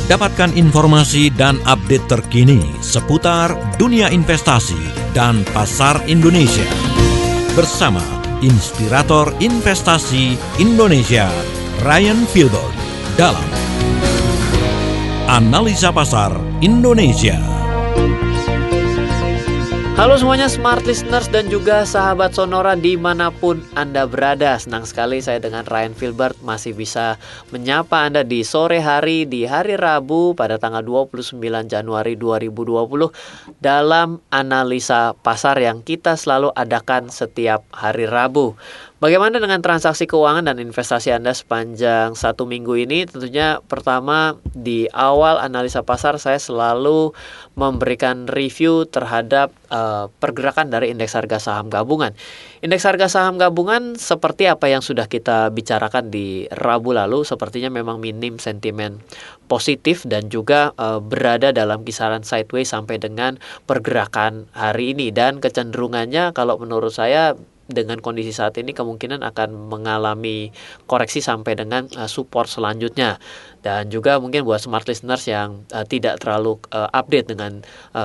Dapatkan informasi dan update terkini seputar dunia investasi dan pasar Indonesia. Bersama Inspirator Investasi Indonesia, Ryan Filbert, dalam Analisa Pasar Indonesia. Halo semuanya Smart Listeners dan juga sahabat Sonora dimanapun Anda berada. Senang sekali saya dengan Ryan Filbert masih bisa menyapa Anda di sore hari, di hari Rabu pada tanggal 29 Januari 2020 dalam Analisa Pasar yang kita selalu adakan setiap hari Rabu. Bagaimana dengan transaksi keuangan dan investasi Anda sepanjang satu minggu ini? Tentunya pertama di awal analisa pasar saya selalu memberikan review terhadap pergerakan dari indeks harga saham gabungan. Indeks harga saham gabungan seperti apa yang sudah kita bicarakan di Rabu lalu, sepertinya memang minim sentimen positif dan juga berada dalam kisaran sideways sampai dengan pergerakan hari ini. Dan kecenderungannya kalau menurut saya dengan kondisi saat ini kemungkinan akan mengalami koreksi sampai dengan support selanjutnya. Dan juga mungkin buat smart listeners yang tidak terlalu update dengan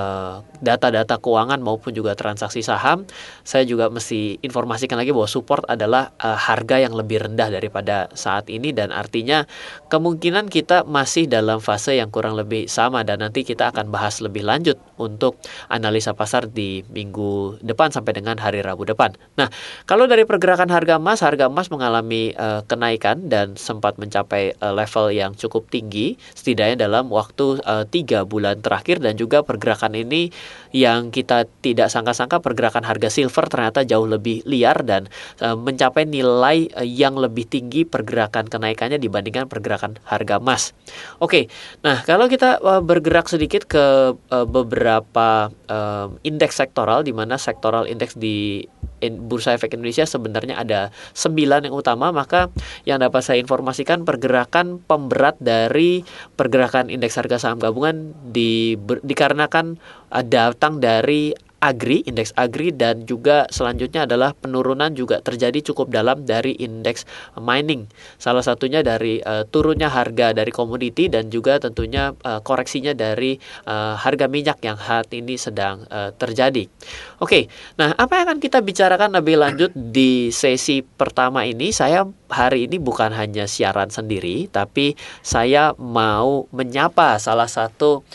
data-data keuangan maupun juga transaksi saham, saya juga mesti informasikan lagi bahwa support adalah harga yang lebih rendah daripada saat ini, dan artinya kemungkinan kita masih dalam fase yang kurang lebih sama, dan nanti kita akan bahas lebih lanjut untuk analisa pasar di minggu depan sampai dengan hari Rabu depan. Nah, kalau dari pergerakan harga emas mengalami kenaikan dan sempat mencapai level yang cukup tinggi setidaknya dalam waktu 3 bulan terakhir, dan juga pergerakan ini yang kita tidak sangka-sangka, pergerakan harga silver ternyata jauh lebih liar dan mencapai nilai yang lebih tinggi pergerakan kenaikannya dibandingkan pergerakan harga emas. Oke, nah kalau kita bergerak sedikit ke beberapa indeks sektoral, di mana sektoral indeks di Bursa Efek Indonesia sebenarnya ada 9 yang utama, maka yang dapat saya informasikan pergerakan pemberat dari pergerakan indeks harga saham gabungan dikarenakan datang dari indeks agri, dan juga selanjutnya adalah penurunan juga terjadi cukup dalam dari indeks mining. Salah satunya dari turunnya harga dari komoditi dan juga tentunya koreksinya dari harga minyak yang saat ini sedang terjadi. Oke, nah apa yang akan kita bicarakan lebih lanjut di sesi pertama ini? Saya hari ini bukan hanya siaran sendiri, tapi saya mau menyapa salah satu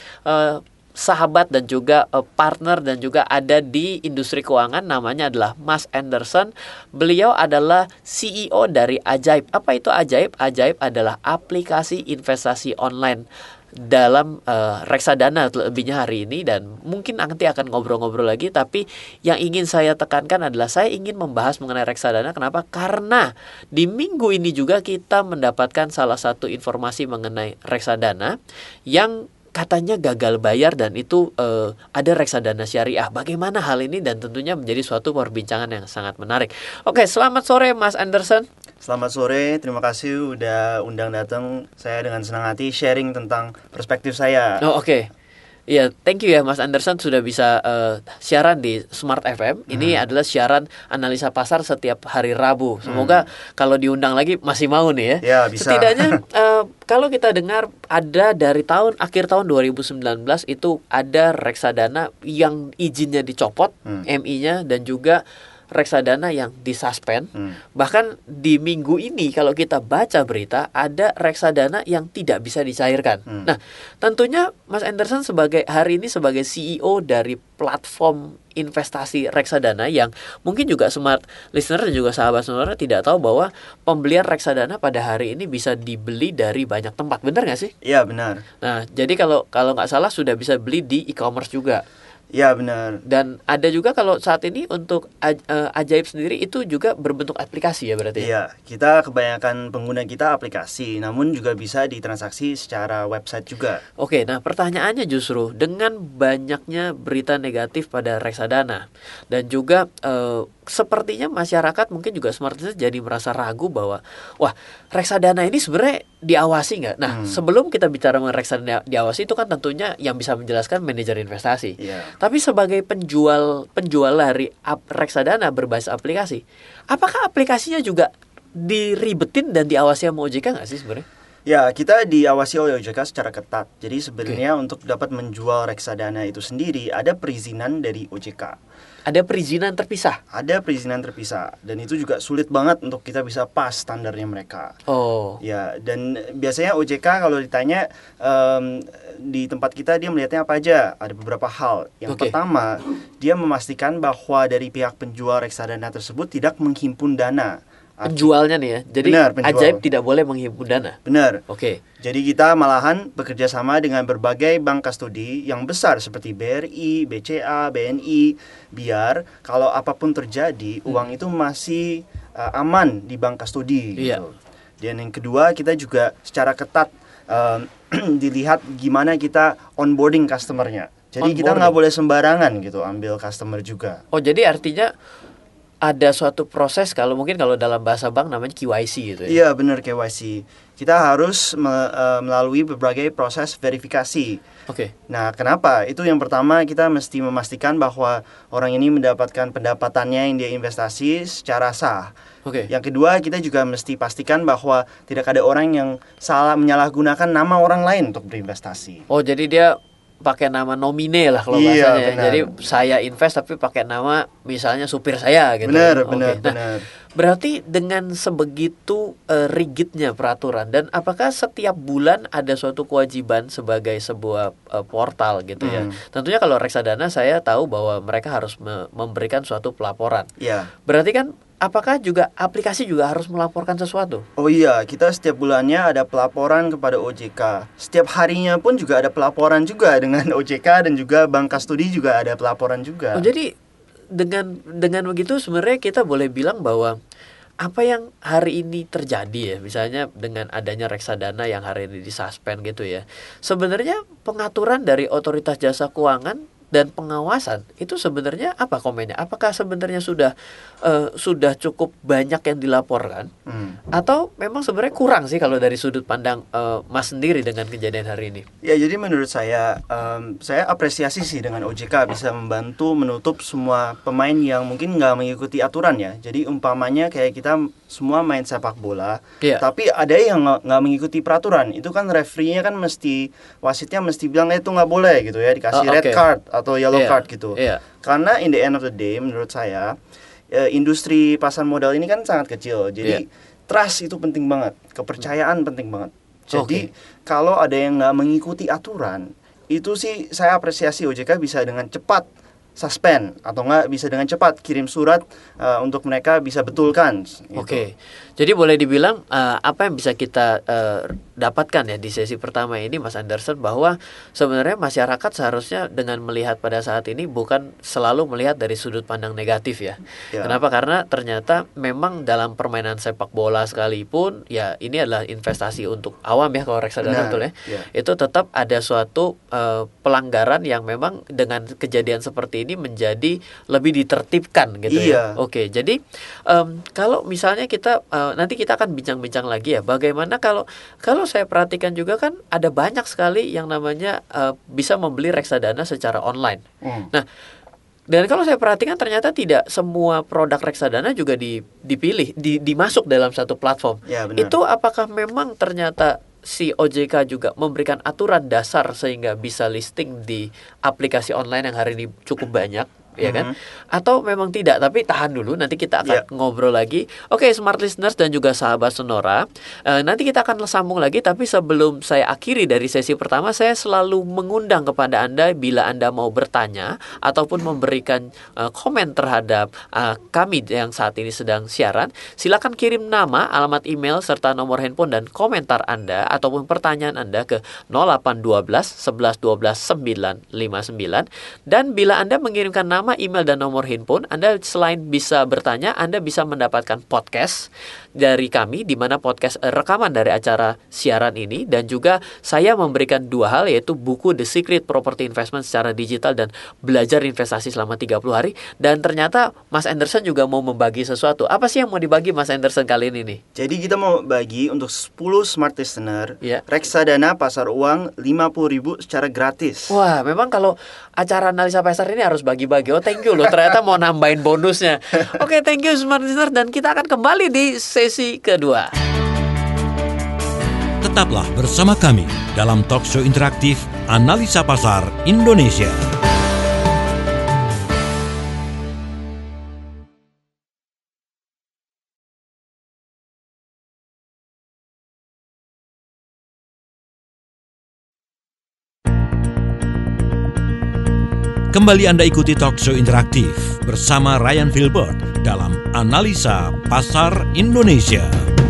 sahabat dan juga partner dan juga ada di industri keuangan, namanya adalah Mas Anderson. Beliau adalah CEO dari Ajaib. Apa itu Ajaib? Ajaib adalah aplikasi investasi online dalam reksadana lebihnya hari ini, dan mungkin nanti akan ngobrol-ngobrol lagi. Tapi yang ingin saya tekankan adalah saya ingin membahas mengenai reksadana. Kenapa? Karena di minggu ini juga kita mendapatkan salah satu informasi mengenai reksadana yang katanya gagal bayar, dan itu ada reksadana syariah. Bagaimana hal ini? Dan tentunya menjadi suatu perbincangan yang sangat menarik. Oke, selamat sore Mas Anderson. Selamat sore, terima kasih udah undang datang. Saya dengan senang hati sharing tentang perspektif saya. Oh, oke. Iya, thank you ya Mas Anderson sudah bisa siaran di Smart FM. Ini adalah siaran analisa pasar setiap hari Rabu. Semoga kalau diundang lagi masih mau nih ya. Ya, bisa. Setidaknya kalau kita dengar ada dari akhir tahun 2019 itu ada reksadana yang izinnya dicopot, MI-nya, dan juga reksadana yang disuspend. Bahkan di minggu ini kalau kita baca berita ada reksadana yang tidak bisa dicairkan. Nah, tentunya Mas Anderson hari ini sebagai CEO dari platform investasi reksadana, yang mungkin juga smart listener dan juga sahabat sonora tidak tahu bahwa pembelian reksadana pada hari ini bisa dibeli dari banyak tempat. Benar nggak sih? Iya, benar. Nah, jadi kalau nggak salah sudah bisa beli di e-commerce juga. Ya, benar. Dan ada juga kalau saat ini untuk Ajaib sendiri itu juga berbentuk aplikasi ya berarti? Iya, kita kebanyakan pengguna kita aplikasi, namun juga bisa ditransaksi secara website juga. Oke, nah pertanyaannya justru dengan banyaknya berita negatif pada reksadana dan juga sepertinya masyarakat mungkin juga smart listener jadi merasa ragu bahwa wah, reksadana ini sebenarnya diawasi nggak? Nah, sebelum kita bicara mengenai reksadana diawasi itu kan tentunya yang bisa menjelaskan manajer investasi. Tapi sebagai penjual dari reksadana berbasis aplikasi, apakah aplikasinya juga diribetin dan diawasi sama OJK nggak sih sebenarnya? Ya, kita diawasi oleh OJK secara ketat. Jadi sebenarnya untuk dapat menjual reksadana itu sendiri ada perizinan dari OJK. Ada perizinan terpisah? Ada perizinan terpisah, dan itu juga sulit banget untuk kita bisa pas standarnya mereka. Oh. Ya, dan biasanya OJK kalau ditanya di tempat kita dia melihatnya apa aja? Ada beberapa hal. Yang pertama, dia memastikan bahwa dari pihak penjual reksadana tersebut tidak menghimpun dana. Penjualnya nih ya. Jadi Ajaib tidak boleh menghimpun dana. Benar. Oke. Jadi kita malahan bekerja sama dengan berbagai bank kastodi yang besar seperti BRI, BCA, BNI, biar kalau apapun terjadi uang itu masih aman di bank kastodi. Iya. Gitu. Dan yang kedua, kita juga secara ketat dilihat gimana kita onboarding customernya. Jadi kita nggak boleh sembarangan gitu ambil customer juga. Oh, jadi artinya ada suatu proses, kalau dalam bahasa bank namanya KYC gitu ya. Iya, benar, KYC. Kita harus melalui berbagai proses verifikasi. Oke. Nah, kenapa? Itu yang pertama, kita mesti memastikan bahwa orang ini mendapatkan pendapatannya yang dia investasi secara sah. Oke. Yang kedua, kita juga mesti pastikan bahwa tidak ada orang yang salah menyalahgunakan nama orang lain untuk berinvestasi. Oh, jadi dia pakai nama nomine lah kalau bahasanya. Benar. Jadi saya invest tapi pakai nama misalnya supir saya gitu. Benar. Berarti dengan sebegitu rigidnya peraturan, dan apakah setiap bulan ada suatu kewajiban sebagai sebuah portal gitu ya? Tentunya kalau reksadana saya tahu bahwa mereka harus memberikan suatu pelaporan. Iya. Berarti kan apakah juga aplikasi juga harus melaporkan sesuatu? Oh iya, kita setiap bulannya ada pelaporan kepada OJK. Setiap harinya pun juga ada pelaporan juga dengan OJK, dan juga bank kastodi juga ada pelaporan juga. Oh, jadi dengan begitu sebenarnya kita boleh bilang bahwa apa yang hari ini terjadi ya, misalnya dengan adanya reksadana yang hari ini disuspend gitu ya, sebenarnya pengaturan dari otoritas jasa keuangan dan pengawasan itu sebenarnya apa komennya? Apakah sebenarnya sudah cukup banyak yang dilaporkan, atau memang sebenarnya kurang sih kalau dari sudut pandang Mas sendiri dengan kejadian hari ini? Ya, jadi menurut saya apresiasi sih dengan OJK bisa membantu menutup semua pemain yang mungkin nggak mengikuti aturan ya. Jadi umpamanya kayak kita semua main sepak bola, tapi ada yang nggak mengikuti peraturan. Itu kan referee-nya kan wasitnya mesti bilang itu nggak boleh gitu ya, dikasih red card atau yellow card gitu. Karena in the end of the day menurut saya industri pasar modal ini kan sangat kecil. Jadi trust itu penting banget, kepercayaan penting banget. Jadi kalau ada yang nggak mengikuti aturan, itu sih saya apresiasi OJK bisa dengan cepat suspend, atau nggak bisa dengan cepat kirim surat untuk mereka bisa betulkan. Oke. Jadi boleh dibilang apa yang bisa kita dapatkan ya di sesi pertama ini, Mas Anderson, bahwa sebenarnya masyarakat seharusnya dengan melihat pada saat ini bukan selalu melihat dari sudut pandang negatif ya. Kenapa? Karena ternyata memang dalam permainan sepak bola sekalipun ya ini adalah investasi untuk awam ya, kalau reksadana betul ya. Itu tetap ada suatu pelanggaran yang memang dengan kejadian seperti ini menjadi lebih ditertibkan gitu ya. Oke, jadi kalau misalnya kita nanti kita akan bincang-bincang lagi ya, bagaimana kalau saya perhatikan juga kan ada banyak sekali yang namanya bisa membeli reksadana secara online. Nah, dan kalau saya perhatikan ternyata tidak semua produk reksadana juga dipilih, dimasuk dalam satu platform. Itu apakah memang ternyata si OJK juga memberikan aturan dasar sehingga bisa listing di aplikasi online yang hari ini cukup banyak, ya kan? Atau memang tidak? Tapi tahan dulu, nanti kita akan ngobrol lagi. Oke, smart listeners dan juga sahabat Sonora, nanti kita akan sambung lagi. Tapi sebelum saya akhiri dari sesi pertama, saya selalu mengundang kepada Anda bila Anda mau bertanya ataupun memberikan komen terhadap kami yang saat ini sedang siaran. Silakan kirim nama, alamat email serta nomor handphone dan komentar Anda ataupun pertanyaan Anda ke 0812 11 12 959. Dan bila Anda mengirimkan nama, email dan nomor handphone, Anda selain bisa bertanya, Anda bisa mendapatkan podcast dari kami, di mana podcast rekaman dari acara siaran ini, dan juga saya memberikan dua hal, yaitu buku The Secret Property Investment secara digital dan belajar investasi selama 30 hari. Dan ternyata Mas Anderson juga mau membagi sesuatu. Apa sih yang mau dibagi Mas Anderson kali ini nih? Jadi kita mau bagi untuk 10 smart listener reksadana pasar uang 50.000 secara gratis. Wah, memang kalau acara analisa pasar ini harus bagi-bagi. Oh, thank you loh, ternyata mau nambahin bonusnya. Oke, thank you smart listener, dan kita akan kembali di sesi kedua. Tetaplah bersama kami dalam talkshow interaktif Analisa Pasar Indonesia. Kembali Anda ikuti talkshow interaktif bersama Ryan Filbert dalam Analisa Pasar Indonesia.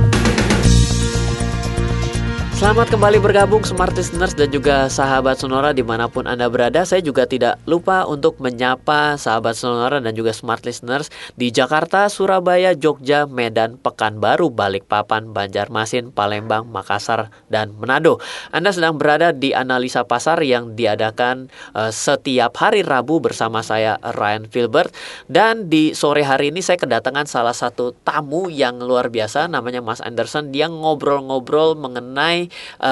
Selamat kembali bergabung Smart Listeners dan juga sahabat Sonora dimanapun Anda berada. Saya juga tidak lupa untuk menyapa sahabat Sonora dan juga Smart Listeners di Jakarta, Surabaya, Jogja, Medan, Pekanbaru, Balikpapan, Banjarmasin, Palembang, Makassar, dan Manado. Anda sedang berada di Analisa Pasar yang diadakan setiap hari Rabu bersama saya Ryan Filbert. Dan di sore hari ini saya kedatangan salah satu tamu yang luar biasa, namanya Mas Anderson. Dia ngobrol-ngobrol mengenai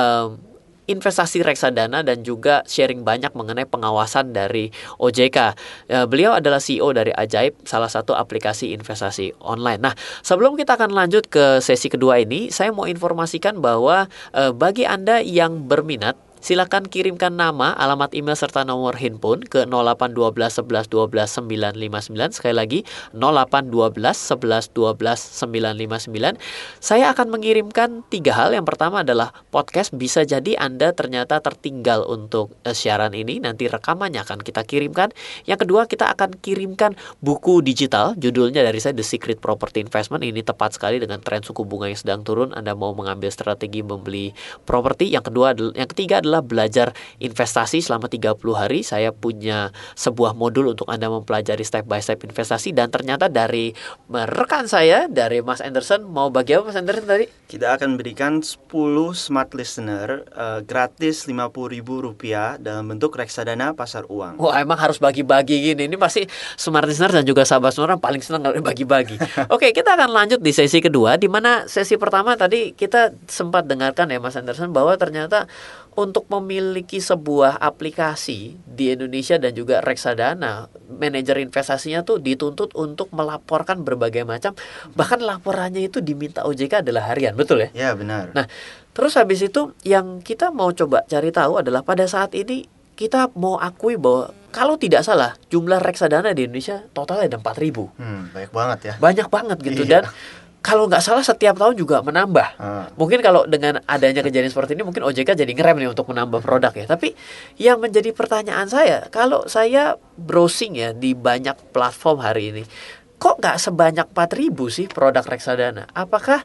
investasi reksadana dan juga sharing banyak mengenai pengawasan dari OJK. Beliau adalah CEO dari Ajaib, salah satu aplikasi investasi online. Nah, sebelum kita akan lanjut ke sesi kedua ini, saya mau informasikan bahwa bagi Anda yang berminat, silakan kirimkan nama, alamat email serta nomor handphone ke 0812 11 12 959. Sekali lagi 0812 11 12 959. Saya akan mengirimkan 3 hal. Yang pertama adalah podcast. Bisa jadi Anda ternyata tertinggal untuk siaran ini. Nanti rekamannya akan kita kirimkan. Yang kedua, kita akan kirimkan buku digital. Judulnya dari saya The Secret Property Investment. Ini tepat sekali dengan tren suku bunga yang sedang turun. Anda mau mengambil strategi membeli properti. Yang ketiga adalah belajar investasi selama 30 hari. Saya punya sebuah modul untuk Anda mempelajari step by step investasi. Dan ternyata dari rekan saya, dari Mas Anderson, mau bagi apa Mas Anderson tadi? Kita akan berikan 10 smart listener gratis Rp50.000 dalam bentuk reksadana pasar uang. Wah, emang harus bagi-bagi gini. Ini pasti smart listener dan juga sahabat Sonora paling senang kalau bagi-bagi. Oke, kita akan lanjut di sesi kedua, di mana sesi pertama tadi kita sempat dengarkan ya Mas Anderson bahwa ternyata untuk memiliki sebuah aplikasi di Indonesia dan juga reksadana, manajer investasinya tuh dituntut untuk melaporkan berbagai macam, bahkan laporannya itu diminta OJK adalah harian, betul ya? Ya, benar. Nah, terus habis itu yang kita mau coba cari tahu adalah pada saat ini kita mau akui bahwa kalau tidak salah jumlah reksadana di Indonesia totalnya ada 4.000. Banyak banget ya. Banyak banget gitu. Iya. Dan kalau nggak salah setiap tahun juga menambah. Mungkin kalau dengan adanya kejadian seperti ini mungkin OJK jadi ngerem nih untuk menambah produk ya. Tapi yang menjadi pertanyaan saya, kalau saya browsing ya di banyak platform hari ini, kok nggak sebanyak 4.000 sih produk reksadana? Apakah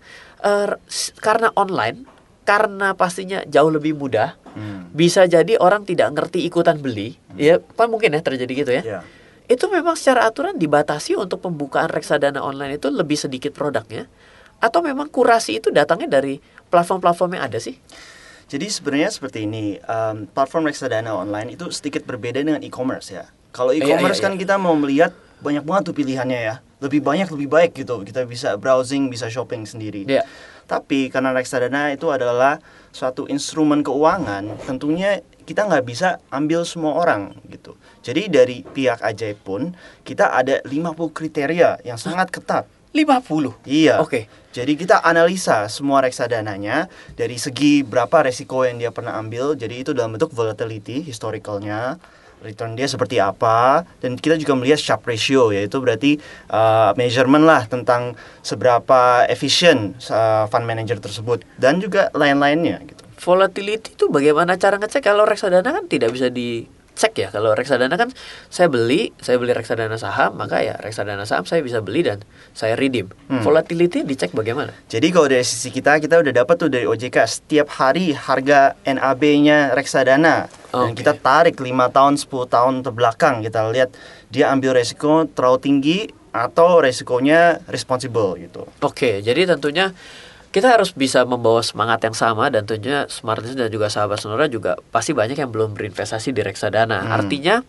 karena online? Karena pastinya jauh lebih mudah. Bisa jadi orang tidak ngerti ikutan beli. Ya, kan mungkin ya terjadi gitu ya. Yeah. Itu memang secara aturan dibatasi untuk pembukaan reksadana online itu lebih sedikit produknya, atau memang kurasi itu datangnya dari platform-platform yang ada sih? Jadi sebenarnya seperti ini, platform reksadana online itu sedikit berbeda dengan e-commerce ya. Kalau e-commerce kan kita mau melihat banyak banget tuh pilihannya ya, lebih banyak lebih baik gitu, kita bisa browsing, bisa shopping sendiri. Tapi karena reksadana itu adalah suatu instrumen keuangan, tentunya kita nggak bisa ambil semua orang gitu. Jadi dari pihak Ajaib pun kita ada 50 kriteria yang sangat ketat. 50? Iya. Oke. Jadi kita analisa semua reksadananya dari segi berapa resiko yang dia pernah ambil. Jadi itu dalam bentuk volatility, historicalnya, return dia seperti apa. Dan kita juga melihat Sharpe ratio, yaitu berarti measurement lah tentang seberapa efisien fund manager tersebut. Dan juga lain-lainnya gitu. Volatility itu bagaimana cara ngecek? Kalau reksadana kan tidak bisa dicek ya. Kalau reksadana kan saya beli reksadana saham, maka ya reksadana saham saya bisa beli dan saya redeem. Volatility dicek bagaimana? Jadi kalau dari sisi kita udah dapat tuh dari OJK setiap hari harga NAB-nya reksadana. Dan kita tarik 5 tahun, 10 tahun terbelakang, kita lihat dia ambil resiko terlalu tinggi atau resikonya responsible gitu. Oke, jadi tentunya kita harus bisa membawa semangat yang sama, dan tentunya Smart Listeners dan juga sahabat Sonora juga pasti banyak yang belum berinvestasi di reksadana. Artinya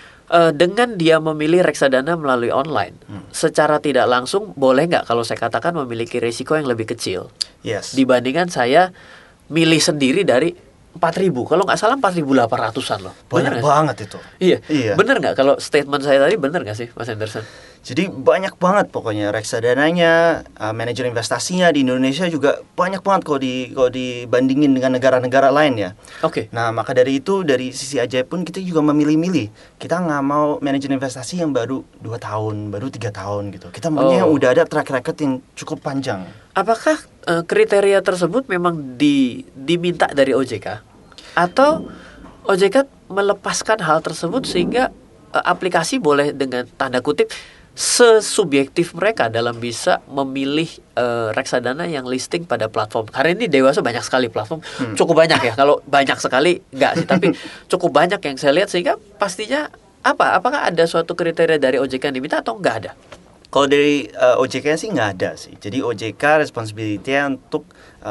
dengan dia memilih reksadana melalui online, secara tidak langsung boleh nggak kalau saya katakan memiliki risiko yang lebih kecil Yes. dibandingkan saya milih sendiri dari 4.000, kalau nggak salah 4.800-an loh. Banyak banget itu. Iya. Bener nggak kalau statement saya tadi, bener nggak sih Mas Henderson? Jadi banyak banget pokoknya reksadananya, manajer investasinya di Indonesia juga banyak banget kalau dibandingin dengan negara-negara lain ya. Oke. Nah maka dari itu, dari sisi Ajaib pun kita juga memilih-milih. Kita nggak mau manajer investasi yang baru 2 tahun, baru 3 tahun gitu. Kita maunya yang udah ada track record yang cukup panjang. Apakah kriteria tersebut memang diminta dari OJK? Atau OJK melepaskan hal tersebut sehingga aplikasi boleh dengan tanda kutip sesubjektif mereka dalam bisa memilih reksadana yang listing pada platform. Karena ini dewasa banyak sekali platform, cukup banyak ya. Kalau banyak sekali enggak sih, tapi cukup banyak yang saya lihat, sehingga pastinya apakah ada suatu kriteria dari OJK yang diminta atau enggak ada? Kalau dari OJK sih nggak ada sih. Jadi OJK responsibility-nya untuk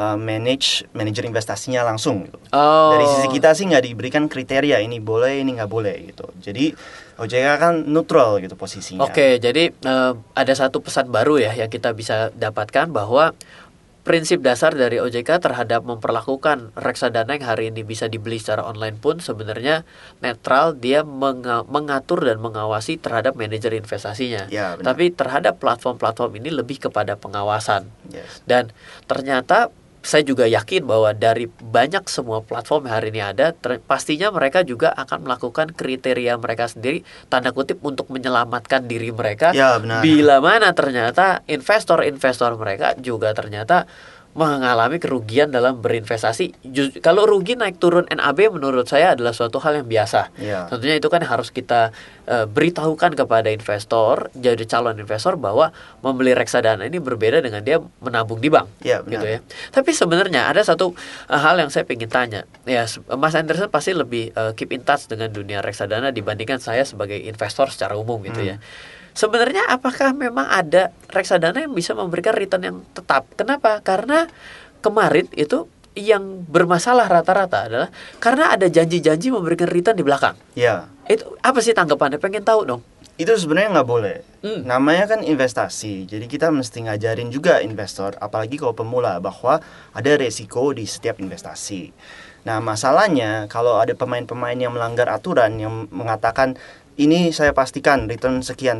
manajer investasinya langsung gitu. Dari sisi kita sih nggak diberikan kriteria ini boleh, ini nggak boleh gitu. Jadi OJK kan neutral gitu posisinya. Oke, jadi ada satu pesan baru ya yang kita bisa dapatkan, bahwa prinsip dasar dari OJK terhadap memperlakukan reksadana yang hari ini bisa dibeli secara online pun sebenarnya netral. Dia mengatur dan mengawasi terhadap manajer investasinya. Ya, benar. Tapi terhadap platform-platform ini lebih kepada pengawasan. Yes. Dan ternyata saya juga yakin bahwa dari banyak semua platform yang hari ini ada, pastinya mereka juga akan melakukan kriteria mereka sendiri, tanda kutip, untuk menyelamatkan diri mereka. Ya, benar. Bila mana ternyata investor-investor mereka juga ternyata mengalami kerugian dalam berinvestasi. Kalau rugi naik turun NAB menurut saya adalah suatu hal yang biasa. Ya. Tentunya itu kan harus kita beritahukan kepada investor, jadi calon investor, bahwa membeli reksadana ini berbeda dengan dia menabung di bank. Ya, benar. Gitu ya. Tapi sebenarnya ada satu hal yang saya ingin tanya. Ya, Mas Anderson pasti lebih keep in touch dengan dunia reksadana dibandingkan saya sebagai investor secara umum gitu ya. Sebenarnya apakah memang ada reksadana yang bisa memberikan return yang tetap? Kenapa? Karena kemarin itu yang bermasalah rata-rata adalah karena ada janji-janji memberikan return di belakang. Ya. Itu apa sih tanggapannya? Pengen tahu dong. Itu sebenarnya nggak boleh. Namanya kan investasi. Jadi kita mesti ngajarin juga investor, apalagi kalau pemula, bahwa ada resiko di setiap investasi. Nah masalahnya kalau ada pemain-pemain yang melanggar aturan, yang mengatakan ini saya pastikan return sekian,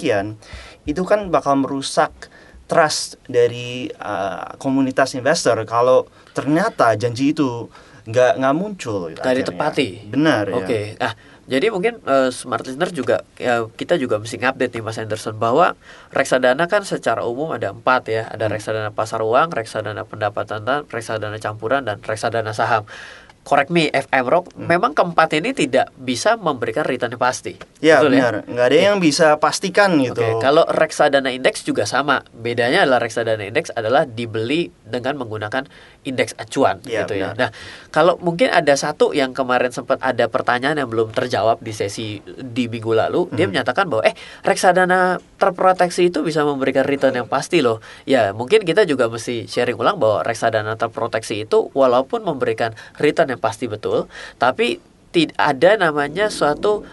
itu kan bakal merusak trust dari komunitas investor kalau ternyata janji itu nggak muncul. Nggak ditepati. Benar. Oke. Nah, jadi mungkin smart listener juga kita juga mesti ngupdate nih Mas Anderson, bahwa reksadana kan secara umum ada 4 ya. Ada reksadana pasar uang, reksadana pendapatan, reksadana campuran, dan reksadana saham. Correct me if I'm wrong, memang keempat ini tidak bisa memberikan return yang pasti. Ya, betul benar. Ya? Nggak ada yang bisa pastikan gitu. Kalau reksadana indeks juga sama. Bedanya adalah reksadana indeks adalah dibeli dengan menggunakan indeks acuan gitu ya. Nah, kalau mungkin ada satu yang kemarin sempat ada pertanyaan yang belum terjawab di sesi di minggu lalu, dia menyatakan bahwa reksadana terproteksi itu bisa memberikan return yang pasti loh. Ya, mungkin kita juga mesti sharing ulang bahwa reksadana terproteksi itu walaupun memberikan return yang pasti betul, tapi tidak ada namanya suatu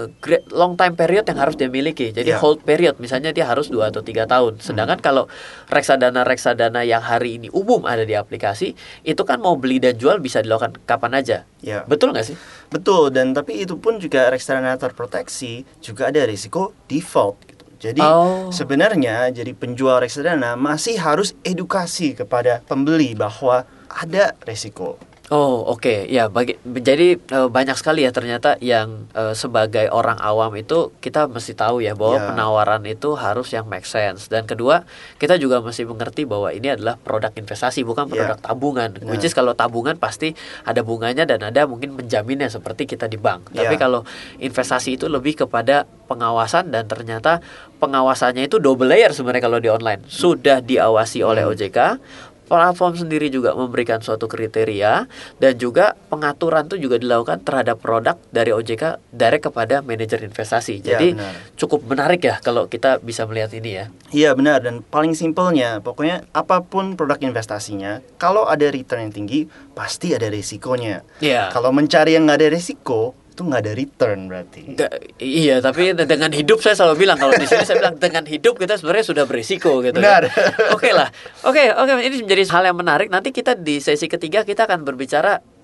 long time period yang harus dia miliki. Jadi hold period, misalnya dia harus 2 atau 3 tahun. Sedangkan kalau reksadana yang hari ini umum ada di aplikasi, itu kan mau beli dan jual bisa dilakukan kapan aja. Betul nggak sih? Betul, dan tapi itu pun juga reksadana terproteksi juga ada risiko default gitu. Jadi sebenarnya jadi penjual reksadana masih harus edukasi kepada pembeli bahwa ada risiko. Oke. Ya, jadi banyak sekali ya ternyata yang sebagai orang awam itu kita mesti tahu ya bahwa penawaran itu harus yang make sense. Dan kedua, kita juga mesti mengerti bahwa ini adalah produk investasi, bukan produk tabungan. Which is kalau tabungan pasti ada bunganya dan ada mungkin penjaminnya seperti kita di bank. Tapi kalau investasi itu lebih kepada pengawasan, dan ternyata pengawasannya itu double layer sebenarnya kalau di online. Sudah diawasi oleh OJK. Platform sendiri juga memberikan suatu kriteria, dan juga pengaturan itu juga dilakukan terhadap produk dari OJK direct kepada manajer investasi. Jadi cukup menarik ya kalau kita bisa melihat ini ya. Iya benar, dan paling simpelnya pokoknya apapun produk investasinya, kalau ada return yang tinggi pasti ada risikonya. Kalau mencari yang nggak ada risiko, itu nggak ada return berarti. Iya, tapi dengan hidup saya selalu bilang, kalau di sini saya bilang dengan hidup kita sebenarnya sudah berisiko gitu. Benar. Oke, ini menjadi hal yang menarik. Nanti kita di sesi ketiga kita akan berbicara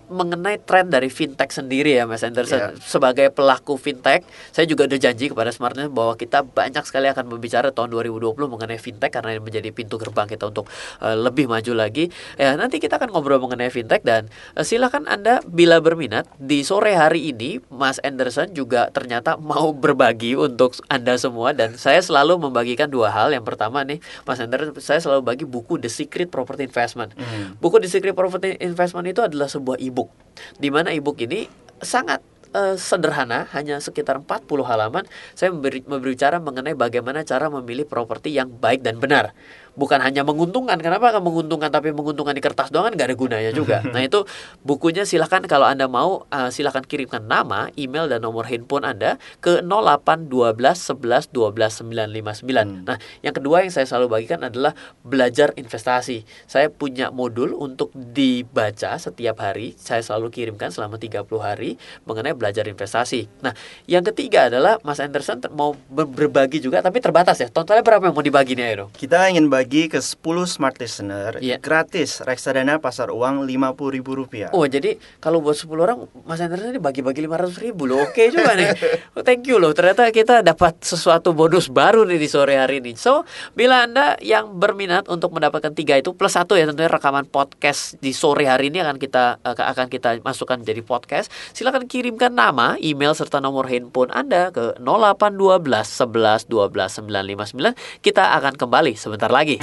mengenai tren dari fintech sendiri ya Mas Anderson. Sebagai pelaku fintech, saya juga udah janji kepada Smartness bahwa kita banyak sekali akan berbicara tahun 2020 mengenai fintech karena ini menjadi pintu gerbang kita untuk lebih maju lagi. Ya, nanti kita akan ngobrol mengenai fintech dan silakan Anda bila berminat di sore hari ini Mas Anderson juga ternyata mau berbagi untuk Anda semua dan saya selalu membagikan dua hal. Yang pertama nih Mas Anderson, saya selalu bagi buku The Secret Property Investment. Buku The Secret Property Investment itu adalah sebuah e-book, di mana e-book ini sangat sederhana, hanya sekitar 40 halaman. Saya berbicara mengenai bagaimana cara memilih properti yang baik dan benar. Bukan hanya menguntungkan. Kenapa akan menguntungkan tapi menguntungkan di kertas doang kan gak ada gunanya juga. Nah itu bukunya silahkan kalau Anda mau silahkan kirimkan nama, email dan nomor handphone Anda ke 08 12 11 12 959. Nah yang kedua yang saya selalu bagikan adalah belajar investasi. Saya punya modul untuk dibaca setiap hari. Saya selalu kirimkan selama 30 hari mengenai belajar investasi. Nah yang ketiga adalah Mas Anderson mau berbagi juga tapi terbatas ya. Totalnya berapa yang mau dibagi nih Ayo? Kita ingin bagi ke 10 smart listener gratis reksadana pasar uang Rp50.000. Oh jadi kalau buat 10 orang Mas Anderson ini bagi-bagi 500.000 loh. Oke juga nih. Thank you loh. Ternyata kita dapat sesuatu bonus baru nih di sore hari ini. So bila Anda yang berminat untuk mendapatkan 3 itu plus 1 ya tentunya rekaman podcast di sore hari ini akan kita masukkan menjadi podcast. Silakan kirimkan nama, email serta nomor handphone Anda ke 0812 11 12 959. Kita akan kembali sebentar lagi.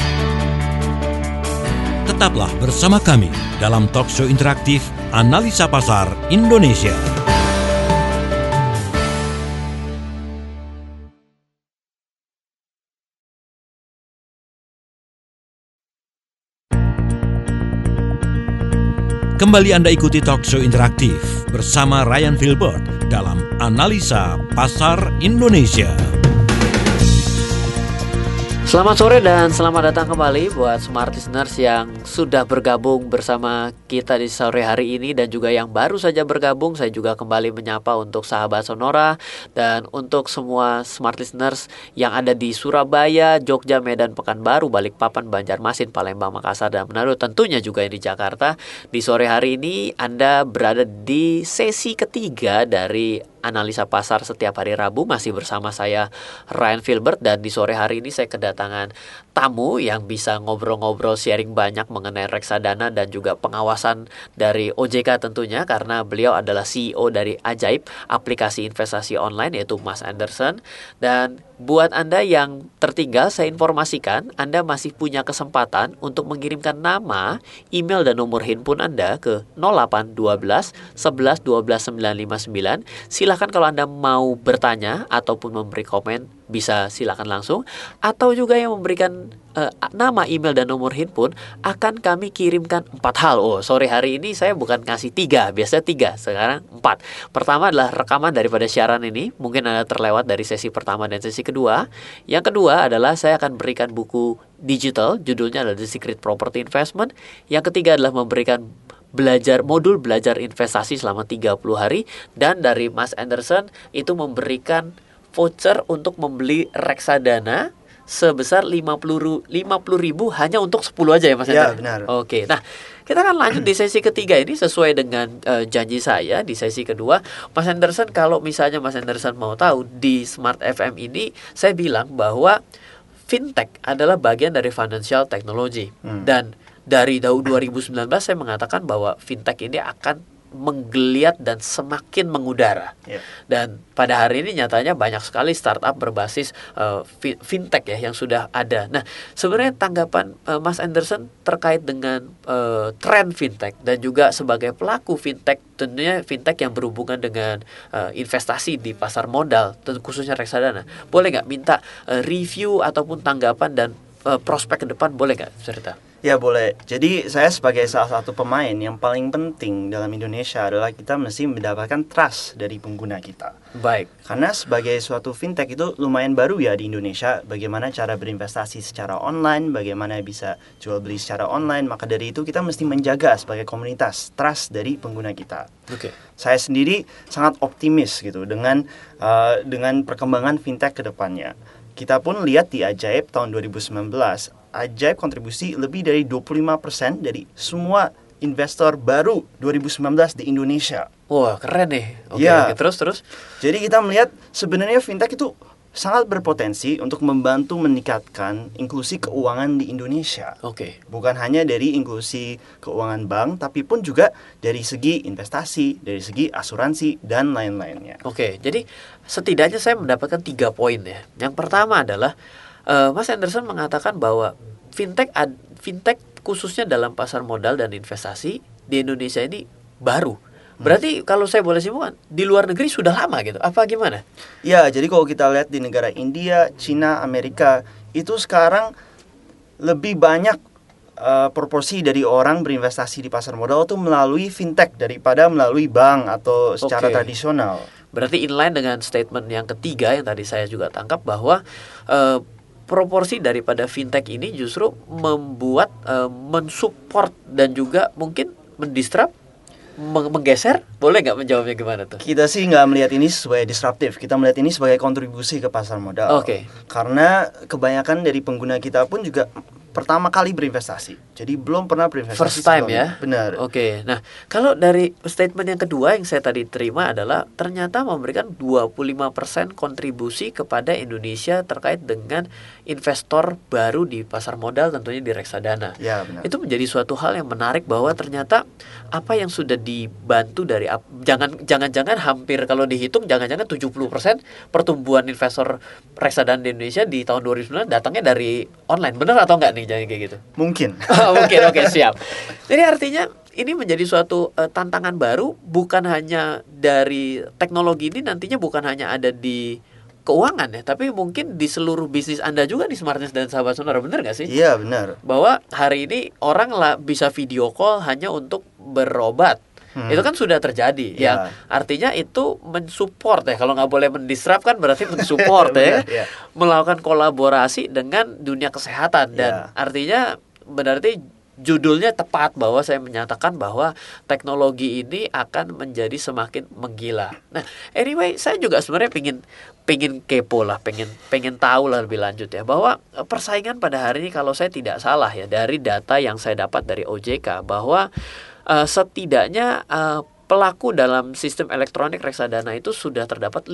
Tetaplah bersama kami dalam talkshow interaktif Analisa Pasar Indonesia. Kembali Anda ikuti talkshow interaktif bersama Ryan Filbert dalam Analisa Pasar Indonesia. Selamat sore dan selamat datang kembali buat smart listeners yang sudah bergabung bersama kita di sore hari ini dan juga yang baru saja bergabung. Saya juga kembali menyapa untuk sahabat Sonora dan untuk semua smart listeners yang ada di Surabaya, Jogja, Medan, Pekanbaru, Balikpapan, Banjarmasin, Palembang, Makassar, dan Manado. Tentunya juga yang di Jakarta. Di sore hari ini Anda berada di sesi ketiga dari Analisa Pasar setiap hari Rabu, masih bersama saya Ryan Filbert, dan di sore hari ini saya kedatangan tamu yang bisa ngobrol-ngobrol sharing banyak mengenai reksadana dan juga pengawasan dari OJK tentunya, karena beliau adalah CEO dari Ajaib, aplikasi investasi online, yaitu Mas Anderson. Dan buat Anda yang tertinggal, saya informasikan Anda masih punya kesempatan untuk mengirimkan nama, email dan nomor handphone Anda ke 0812 11 12 959. Silahkan kalau Anda mau bertanya ataupun memberi komen, bisa silakan langsung. Atau juga yang memberikan nama, email, dan nomor handphone akan kami kirimkan 4 hal. Oh, sore hari ini saya bukan ngasih 3, biasanya 3, sekarang 4. Pertama adalah rekaman daripada siaran ini. Mungkin Anda terlewat dari sesi pertama dan sesi kedua. Yang kedua adalah saya akan berikan buku digital, judulnya adalah The Secret Property Investment. Yang ketiga adalah memberikan modul belajar investasi selama 30 hari. Dan dari Mas Anderson itu memberikan voucher untuk membeli reksadana sebesar 50.000 hanya untuk 10 aja ya Mas Anderson? Ya, benar. Oke, nah kita akan lanjut di sesi ketiga ini sesuai dengan janji saya di sesi kedua. Mas Anderson, kalau misalnya Mas Anderson mau tahu, di Smart FM ini saya bilang bahwa fintech adalah bagian dari financial technology. Dan dari tahun 2019 saya mengatakan bahwa fintech ini akan menggeliat dan semakin mengudara. Dan pada hari ini nyatanya banyak sekali startup berbasis fintech ya yang sudah ada. Nah, sebenarnya tanggapan Mas Anderson terkait dengan tren fintech dan juga sebagai pelaku fintech, tentunya fintech yang berhubungan dengan investasi di pasar modal, khususnya reksadana. Boleh nggak minta review ataupun tanggapan dan prospek ke depan, boleh nggak cerita? Ya boleh. Jadi saya sebagai salah satu pemain yang paling penting dalam Indonesia adalah kita mesti mendapatkan trust dari pengguna kita. Baik. Karena sebagai suatu fintech itu lumayan baru ya di Indonesia. Bagaimana cara berinvestasi secara online, bagaimana bisa jual beli secara online. Maka dari itu kita mesti menjaga sebagai komunitas trust dari pengguna kita. Oke. Saya sendiri sangat optimis gitu dengan perkembangan fintech ke depannya. Kita pun lihat di Ajaib tahun 2019, Ajaib kontribusi lebih dari 25% dari semua investor baru 2019 di Indonesia. Wah, keren nih. Oke, Ya. oke, terus. Jadi kita melihat sebenarnya fintech itu sangat berpotensi untuk membantu meningkatkan inklusi keuangan di Indonesia. Oke. Bukan hanya dari inklusi keuangan bank, tapi pun juga dari segi investasi, dari segi asuransi, dan lain-lainnya. Oke, jadi setidaknya saya mendapatkan 3 poin ya. Yang pertama adalah Mas Anderson mengatakan bahwa fintech khususnya dalam pasar modal dan investasi di Indonesia ini baru. Berarti kalau saya boleh simpulkan, di luar negeri sudah lama gitu. Apa gimana? Ya, jadi kalau kita lihat di negara India, Cina, Amerika, itu sekarang lebih banyak proporsi dari orang berinvestasi di pasar modal itu melalui fintech daripada melalui bank atau secara Oke. tradisional. Berarti inline dengan statement yang ketiga yang tadi saya juga tangkap bahwa proporsi daripada fintech ini justru membuat mensupport dan juga mungkin mendisrupt, menggeser. Boleh nggak menjawabnya gimana tuh? Kita sih nggak melihat ini sebagai disruptif, kita melihat ini sebagai kontribusi ke pasar modal. Oke. Karena kebanyakan dari pengguna kita pun juga pertama kali berinvestasi, jadi belum pernah berinvestasi First time sebelumnya. ya. Benar. Oke. Nah, kalau dari statement yang kedua yang saya tadi terima adalah ternyata memberikan 25% kontribusi kepada Indonesia terkait dengan investor baru di pasar modal, tentunya di reksadana. Ya, benar. Itu menjadi suatu hal yang menarik bahwa ternyata apa yang sudah dibantu dari jangan-jangan hampir kalau dihitung jangan-jangan 70% pertumbuhan investor reksadana di Indonesia di tahun 2009 datangnya dari online. Benar atau enggak nih jangan kayak gitu? Mungkin. Mungkin, oke, siap. Jadi artinya ini menjadi suatu tantangan baru, bukan hanya dari teknologi ini nantinya bukan hanya ada di keuangan ya, tapi mungkin di seluruh bisnis Anda juga di Smartness dan Sahabat Sonora, benar nggak sih? Iya, benar. Bahwa hari ini orang bisa video call hanya untuk berobat. Itu kan sudah terjadi, Ya. artinya itu mensupport ya. Kalau nggak boleh mendisrupt kan berarti mensupport ya, Benar, ya. melakukan kolaborasi dengan dunia kesehatan dan Ya. artinya berarti judulnya tepat bahwa saya menyatakan bahwa teknologi ini akan menjadi semakin menggila. Nah, anyway, saya juga sebenarnya pengen kepo lah, pengen tahu lah lebih lanjut ya bahwa persaingan pada hari ini kalau saya tidak salah ya dari data yang saya dapat dari OJK bahwa setidaknya pelaku dalam sistem elektronik reksadana itu sudah terdapat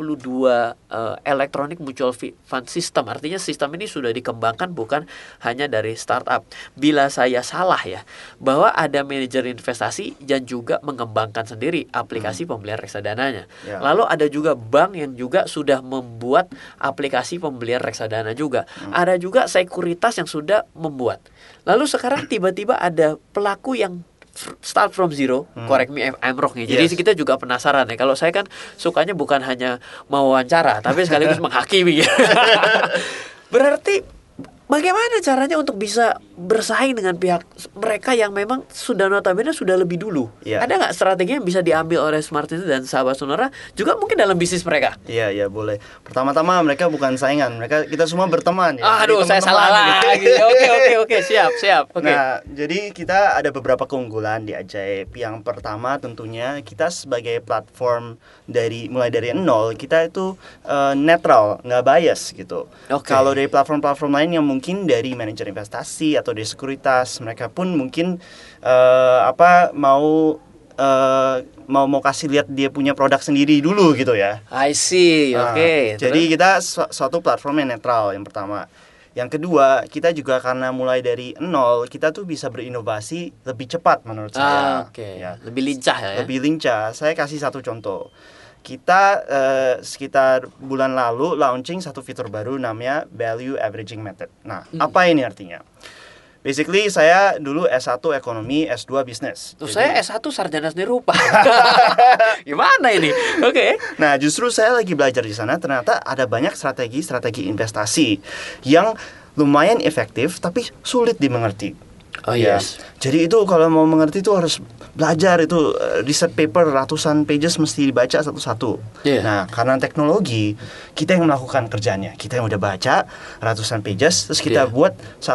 52 electronic mutual fund system. Artinya sistem ini sudah dikembangkan bukan hanya dari startup. Bila saya salah ya, bahwa ada manajer investasi dan juga mengembangkan sendiri aplikasi pembelian reksadananya. Ya. Lalu ada juga bank yang juga sudah membuat aplikasi pembelian reksadana juga. Ada juga sekuritas yang sudah membuat. Lalu sekarang tiba-tiba ada pelaku yang start from zero, correct me if I'm wrong ya. Jadi Yes. kita juga penasaran ya. Kalau saya kan sukanya bukan hanya mewawancara, tapi sekaligus menghakimi. Berarti bagaimana caranya untuk bisa bersaing dengan pihak mereka yang memang sudah notabene sudah lebih dulu? Ya. Ada nggak strategi yang bisa diambil oleh Smartness dan Sahabat Sonora juga mungkin dalam bisnis mereka? Iya, iya, boleh. Pertama-tama mereka bukan saingan, kita semua berteman ya. Aduh, Jadi saya salah teman-teman lagi. Oke, siap. Oke. Nah, jadi kita ada beberapa keunggulan di Ajaib. Yang pertama tentunya kita sebagai platform mulai dari nol, kita itu netral, nggak bias gitu. Oke. Kalau dari platform-platform lain yang mungkin dari manajer investasi atau dari sekuritas, mereka pun mungkin mau kasih lihat dia punya produk sendiri dulu gitu ya. I see. Oke. Jadi kita suatu platform yang netral yang pertama. Yang kedua, kita juga karena mulai dari nol, kita tuh bisa berinovasi lebih cepat menurut saya. Oke. Ya. Lebih lincah ya. Lebih lincah. Saya kasih satu contoh. Kita sekitar bulan lalu launching satu fitur baru namanya Value Averaging Method. Nah, apa ini artinya? Basically saya dulu S1 ekonomi, S2 bisnis. Tuh, saya S1 sarjana seni rupa. Gimana ini? Oke. Nah, justru saya lagi belajar di sana, ternyata ada banyak strategi investasi yang lumayan efektif tapi sulit dimengerti. Oh Ya. yes. Jadi itu kalau mau mengerti itu harus belajar, itu riset paper ratusan pages mesti dibaca satu-satu. Iya. Nah, karena teknologi kita yang melakukan kerjanya, kita yang udah baca ratusan pages, terus kita Iya. buat satu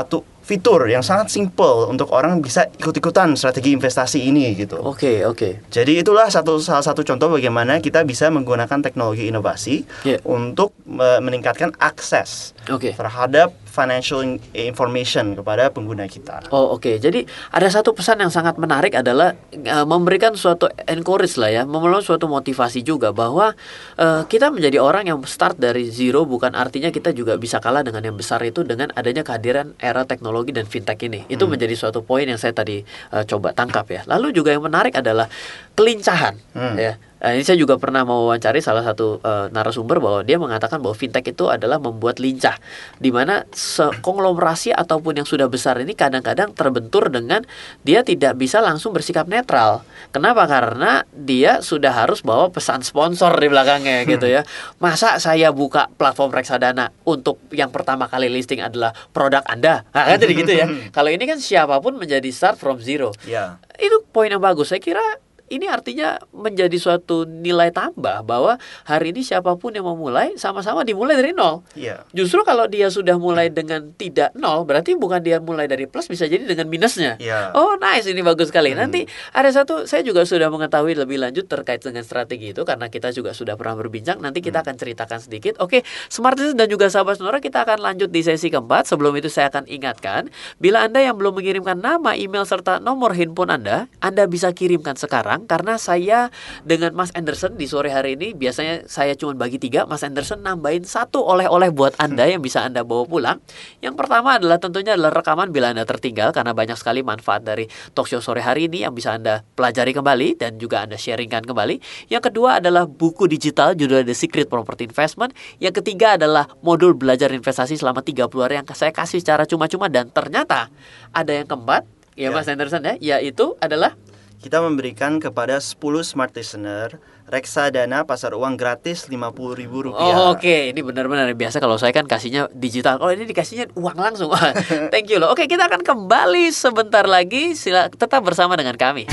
fitur yang sangat simple untuk orang bisa ikut-ikutan strategi investasi ini gitu. Oke. Jadi itulah salah satu contoh bagaimana kita bisa menggunakan teknologi inovasi untuk meningkatkan akses terhadap financial information kepada pengguna kita. Oke. Jadi ada satu pesan yang sangat menarik adalah memberikan suatu encourage lah ya, memberikan suatu motivasi juga bahwa kita menjadi orang yang start dari zero bukan artinya kita juga bisa kalah dengan yang besar itu dengan adanya kehadiran era teknologi dan fintech ini. Itu menjadi suatu poin yang saya tadi coba tangkap ya. Lalu juga yang menarik adalah kelincahan ya. Ini saya juga pernah mewawancari salah satu narasumber bahwa dia mengatakan bahwa fintech itu adalah membuat lincah, di mana konglomerasi ataupun yang sudah besar ini kadang-kadang terbentur dengan dia tidak bisa langsung bersikap netral. Kenapa? Karena dia sudah harus bawa pesan sponsor di belakangnya gitu ya. Masa saya buka platform reksadana untuk yang pertama kali listing adalah produk Anda? Nah, kan jadi gitu ya. Kalau ini kan siapapun menjadi start from zero. Itu poin yang bagus. Saya kira ini artinya menjadi suatu nilai tambah bahwa hari ini siapapun yang mau mulai sama-sama dimulai dari nol. Justru kalau dia sudah mulai dengan tidak nol, berarti bukan dia mulai dari plus, bisa jadi dengan minusnya. Oh nice, ini bagus sekali. Nanti ada satu, saya juga sudah mengetahui lebih lanjut terkait dengan strategi itu karena kita juga sudah pernah berbincang. Nanti kita akan ceritakan sedikit. Oke, Smart Listeners dan juga sahabat Sonora, kita akan lanjut di sesi keempat. Sebelum itu saya akan ingatkan, bila Anda yang belum mengirimkan nama, email serta nomor handphone Anda bisa kirimkan sekarang. Karena saya dengan Mas Anderson di sore hari ini, biasanya saya cuma bagi 3, Mas Anderson nambahin 1 oleh-oleh buat Anda yang bisa Anda bawa pulang. Yang pertama adalah tentunya adalah rekaman bila Anda tertinggal, karena banyak sekali manfaat dari talkshow sore hari ini yang bisa Anda pelajari kembali dan juga Anda sharingkan kembali. Yang kedua adalah buku digital judulnya The Secret Property Investment. Yang ketiga adalah modul belajar investasi selama 30 hari yang saya kasih secara cuma-cuma, dan ternyata ada yang keempat ya Mas Anderson ya, yaitu adalah kita memberikan kepada 10 smart listener reksadana pasar uang gratis Rp50.000. Oke, ini benar-benar biasa kalau saya kan kasihnya digital. Kalau ini dikasihnya uang langsung. Thank you loh. Oke, kita akan kembali sebentar lagi. Tetap bersama dengan kami.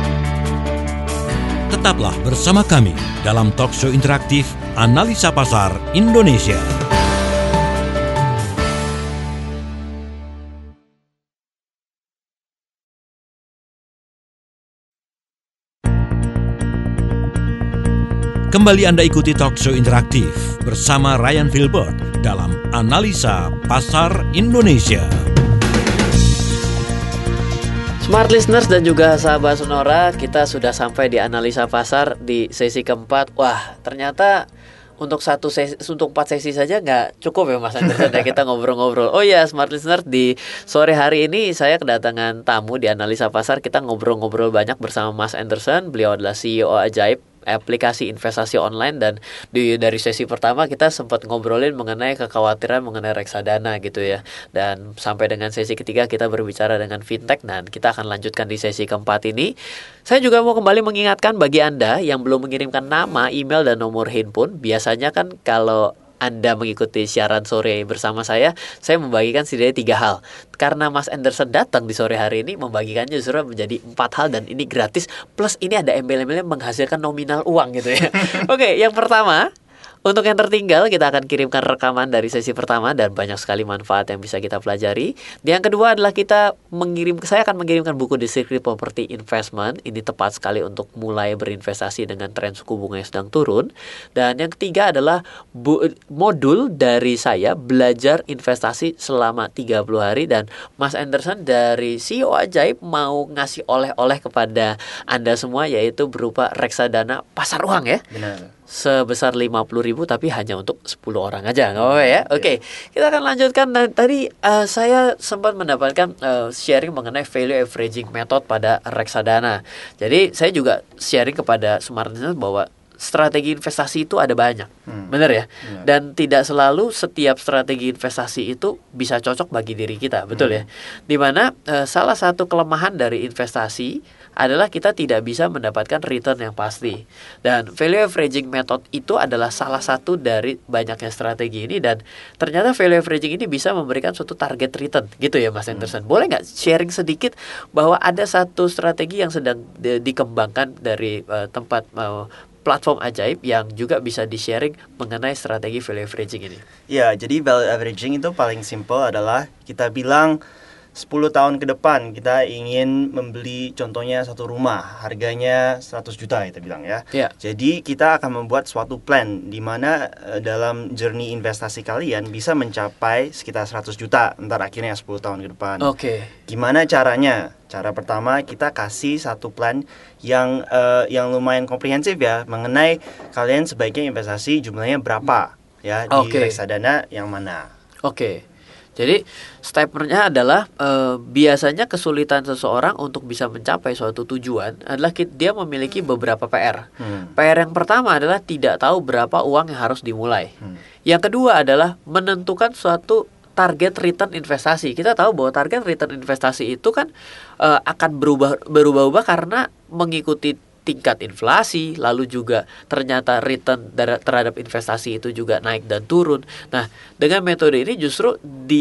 Tetaplah bersama kami dalam talkshow interaktif Analisa Pasar Indonesia. Kembali Anda ikuti talkshow interaktif bersama Ryan Filbert dalam Analisa Pasar Indonesia. Smart Listeners dan juga sahabat Sonora, kita sudah sampai di Analisa Pasar di sesi keempat. Wah, ternyata untuk 4 sesi saja nggak cukup ya Mas Anderson ya, kita ngobrol-ngobrol. Oh ya, Smart Listeners, di sore hari ini saya kedatangan tamu di Analisa Pasar. Kita ngobrol-ngobrol banyak bersama Mas Anderson. Beliau adalah CEO Ajaib, aplikasi investasi online, dan dari sesi pertama kita sempat ngobrolin mengenai kekhawatiran mengenai reksadana gitu ya, dan sampai dengan sesi ketiga kita berbicara dengan fintech, dan kita akan lanjutkan di sesi keempat ini. Saya juga mau kembali mengingatkan bagi Anda yang belum mengirimkan nama, email, dan nomor handphone. Biasanya kan kalau Anda mengikuti siaran sore bersama saya membagikan setidaknya 3 hal. Karena Mas Anderson datang di sore hari ini, membagikannya justru menjadi 4 hal, dan ini gratis. Plus ini ada embel-embelnya menghasilkan nominal uang gitu ya. Oke, yang pertama, untuk yang tertinggal, kita akan kirimkan rekaman dari sesi pertama dan banyak sekali manfaat yang bisa kita pelajari. Yang kedua adalah saya akan mengirimkan buku The Secret Property Investment. Ini tepat sekali untuk mulai berinvestasi dengan tren suku bunga yang sedang turun. Dan yang ketiga adalah modul dari saya belajar investasi selama 30 hari. Dan Mas Anderson dari CEO Ajaib mau ngasih oleh-oleh kepada Anda semua, yaitu berupa reksadana pasar uang ya. Benar. Sebesar 50.000 tapi hanya untuk 10 orang aja, nggak apa-apa ya. Oke, kita akan lanjutkan. Tadi saya sempat mendapatkan sharing mengenai value averaging method pada reksadana. Jadi saya juga sharing kepada Smart Listeners bahwa strategi investasi itu ada banyak, benar ya? Dan tidak selalu setiap strategi investasi itu bisa cocok bagi diri kita, betul ya? Dimana salah satu kelemahan dari investasi adalah kita tidak bisa mendapatkan return yang pasti. Dan value averaging method itu adalah salah satu dari banyaknya strategi ini, dan ternyata value averaging ini bisa memberikan suatu target return, gitu ya Mas Anderson. Boleh nggak sharing sedikit bahwa ada satu strategi yang sedang dikembangkan dari tempat platform Ajaib yang juga bisa di-sharing mengenai strategi value averaging ini? Ya, jadi value averaging itu paling simple adalah kita bilang 10 tahun ke depan kita ingin membeli contohnya satu rumah, harganya 100 juta kita bilang ya. Jadi kita akan membuat suatu plan di mana dalam journey investasi kalian bisa mencapai sekitar 100 juta entar akhirnya 10 tahun ke depan. Gimana caranya? Cara pertama kita kasih satu plan yang lumayan komprehensif ya, mengenai kalian sebaiknya investasi jumlahnya berapa ya di reksadana yang mana. Jadi stepnya adalah biasanya kesulitan seseorang untuk bisa mencapai suatu tujuan adalah dia memiliki beberapa PR. PR yang pertama adalah tidak tahu berapa uang yang harus dimulai. Yang kedua adalah menentukan suatu target return investasi. Kita tahu bahwa target return investasi itu kan akan berubah-ubah karena mengikuti tingkat inflasi, lalu juga ternyata return terhadap investasi itu juga naik dan turun. Nah, dengan metode ini justru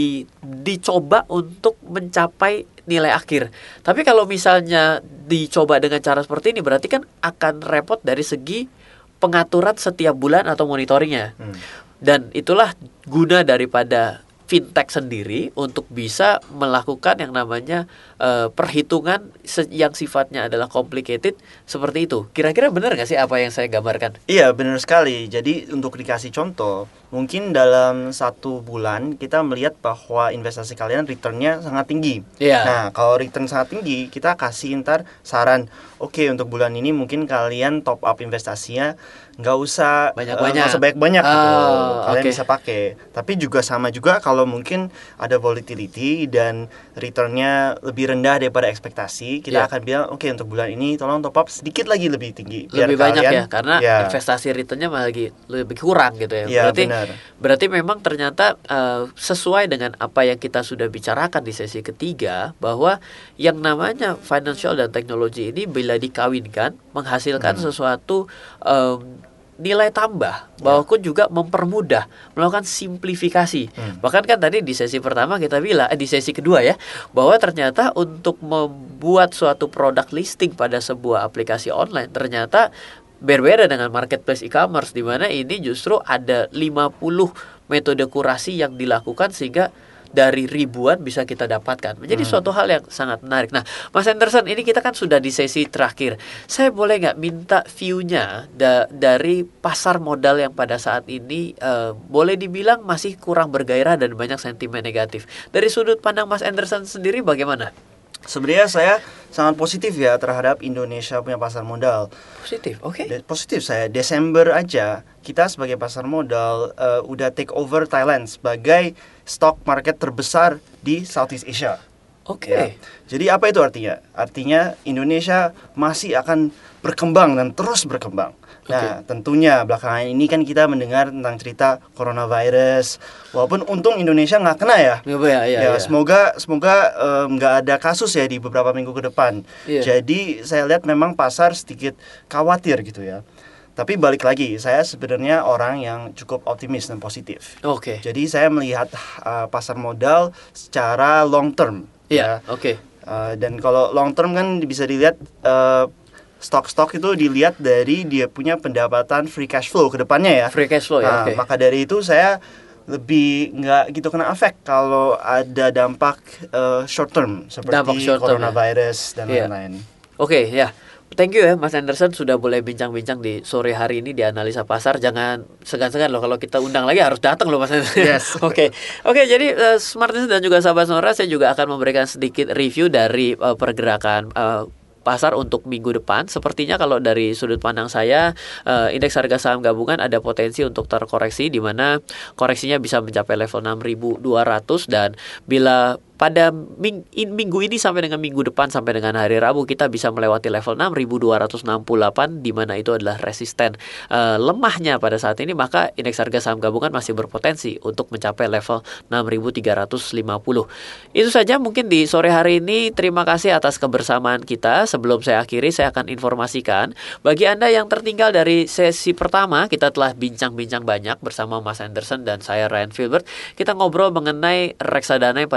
dicoba untuk mencapai nilai akhir. Tapi kalau misalnya dicoba dengan cara seperti ini, berarti kan akan repot dari segi pengaturan setiap bulan atau monitoringnya. Dan itulah guna daripada fintech sendiri untuk bisa melakukan yang namanya perhitungan yang sifatnya adalah complicated seperti itu. Kira-kira benar nggak sih apa yang saya gambarkan? Iya, benar sekali. Jadi untuk dikasih contoh, mungkin dalam 1 bulan kita melihat bahwa investasi kalian returnnya sangat tinggi. Nah, kalau return sangat tinggi, kita kasih ntar saran, untuk bulan ini mungkin kalian top up investasinya nggak usah banyak-banyak gitu. Kalian bisa pakai. Tapi juga sama juga kalau mungkin ada volatility dan returnnya lebih rendah daripada ekspektasi, kita akan bilang untuk bulan ini tolong top up sedikit lagi lebih tinggi. Lebih banyak ya, karena investasi returnnya malah lebih kurang gitu ya. Berarti memang ternyata sesuai dengan apa yang kita sudah bicarakan di sesi ketiga, bahwa yang namanya financial dan teknologi ini bila dikawinkan menghasilkan sesuatu nilai tambah, bahwa juga mempermudah melakukan simplifikasi. Bahkan kan tadi di sesi pertama kita bilang, di sesi kedua ya, bahwa ternyata untuk membuat suatu produk listing pada sebuah aplikasi online ternyata berbeda dengan marketplace e-commerce, di mana ini justru ada 50 metode kurasi yang dilakukan sehingga dari ribuan bisa kita dapatkan. Menjadi suatu hal yang sangat menarik. Nah, Mas Anderson, ini kita kan sudah di sesi terakhir. Saya boleh nggak minta view-nya dari pasar modal yang pada saat ini boleh dibilang masih kurang bergairah dan banyak sentimen negatif. Dari sudut pandang Mas Anderson sendiri bagaimana? Sebenarnya saya sangat positif ya terhadap Indonesia punya pasar modal. Positif, positif saya. Desember aja kita sebagai pasar modal udah take over Thailand sebagai stock market terbesar di Southeast Asia. Jadi apa itu artinya? Artinya Indonesia masih akan berkembang dan terus berkembang. Nah, tentunya belakangan ini kan kita mendengar tentang cerita coronavirus. Walaupun untung Indonesia nggak kena ya. Semoga nggak ada kasus ya di beberapa minggu ke depan. Jadi saya lihat memang pasar sedikit khawatir gitu ya. Tapi balik lagi, saya sebenarnya orang yang cukup optimis dan positif. Jadi saya melihat pasar modal secara long term. Dan kalau long term kan bisa dilihat stok-stok itu dilihat dari dia punya pendapatan free cash flow ke depannya ya. Free cash flow Maka dari itu saya lebih nggak gitu kena efek kalau ada dampak short term seperti coronavirus dan lain-lain. Thank you ya Mas Anderson sudah boleh bincang-bincang di sore hari ini di analisa pasar. Jangan segan-segan loh, kalau kita undang lagi harus datang loh Mas Anderson. Oke, jadi Smart Listeners dan juga sahabat Sonora, saya juga akan memberikan sedikit review dari pergerakan pasar untuk minggu depan. Sepertinya kalau dari sudut pandang saya, indeks harga saham gabungan ada potensi untuk terkoreksi, di mana koreksinya bisa mencapai level 6.200, dan bila pada minggu ini sampai dengan minggu depan sampai dengan hari Rabu kita bisa melewati level 6.268, di mana itu adalah resisten lemahnya pada saat ini, maka indeks harga saham gabungan masih berpotensi untuk mencapai level 6.350. Itu saja mungkin di sore hari ini. Terima kasih atas kebersamaan kita. Sebelum saya akhiri, saya akan informasikan bagi Anda yang tertinggal dari sesi pertama, kita telah bincang-bincang banyak bersama Mas Anderson dan saya Ryan Filbert. Kita ngobrol mengenai reksadana yang pada saat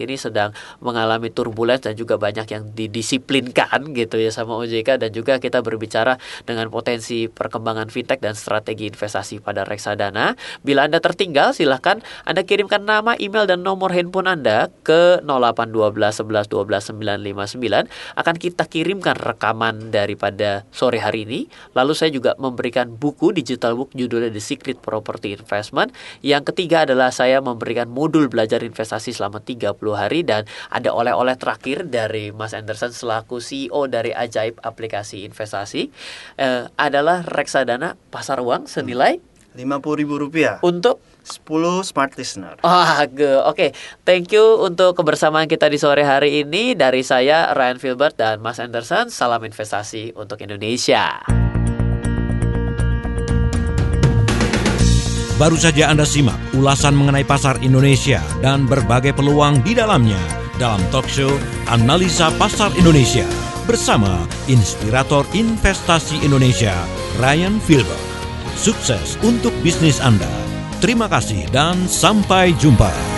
ini sedang mengalami turbulens dan juga banyak yang didisiplinkan gitu ya sama OJK, dan juga kita berbicara dengan potensi perkembangan fintech dan strategi investasi pada reksadana. Bila Anda tertinggal, silahkan Anda kirimkan nama, email, dan nomor handphone Anda ke 0812 11 12 959. Akan kita kirimkan rekaman daripada sore hari ini. Lalu saya juga memberikan buku digital book judulnya The Secret Property Investment. Yang ketiga adalah saya memberikan modul belajar investasi selama 30 hari, dan ada oleh-oleh terakhir dari Mas Anderson selaku CEO dari Ajaib Aplikasi Investasi, adalah reksadana pasar uang senilai Rp50.000 untuk 10 smart listener. Oke. Thank you untuk kebersamaan kita di sore hari ini. Dari saya Ryan Filbert dan Mas Anderson, salam investasi untuk Indonesia. Baru saja Anda simak ulasan mengenai pasar Indonesia dan berbagai peluang di dalamnya dalam talk show Analisa Pasar Indonesia bersama inspirator investasi Indonesia, Ryan Filbert. Sukses untuk bisnis Anda. Terima kasih dan sampai jumpa.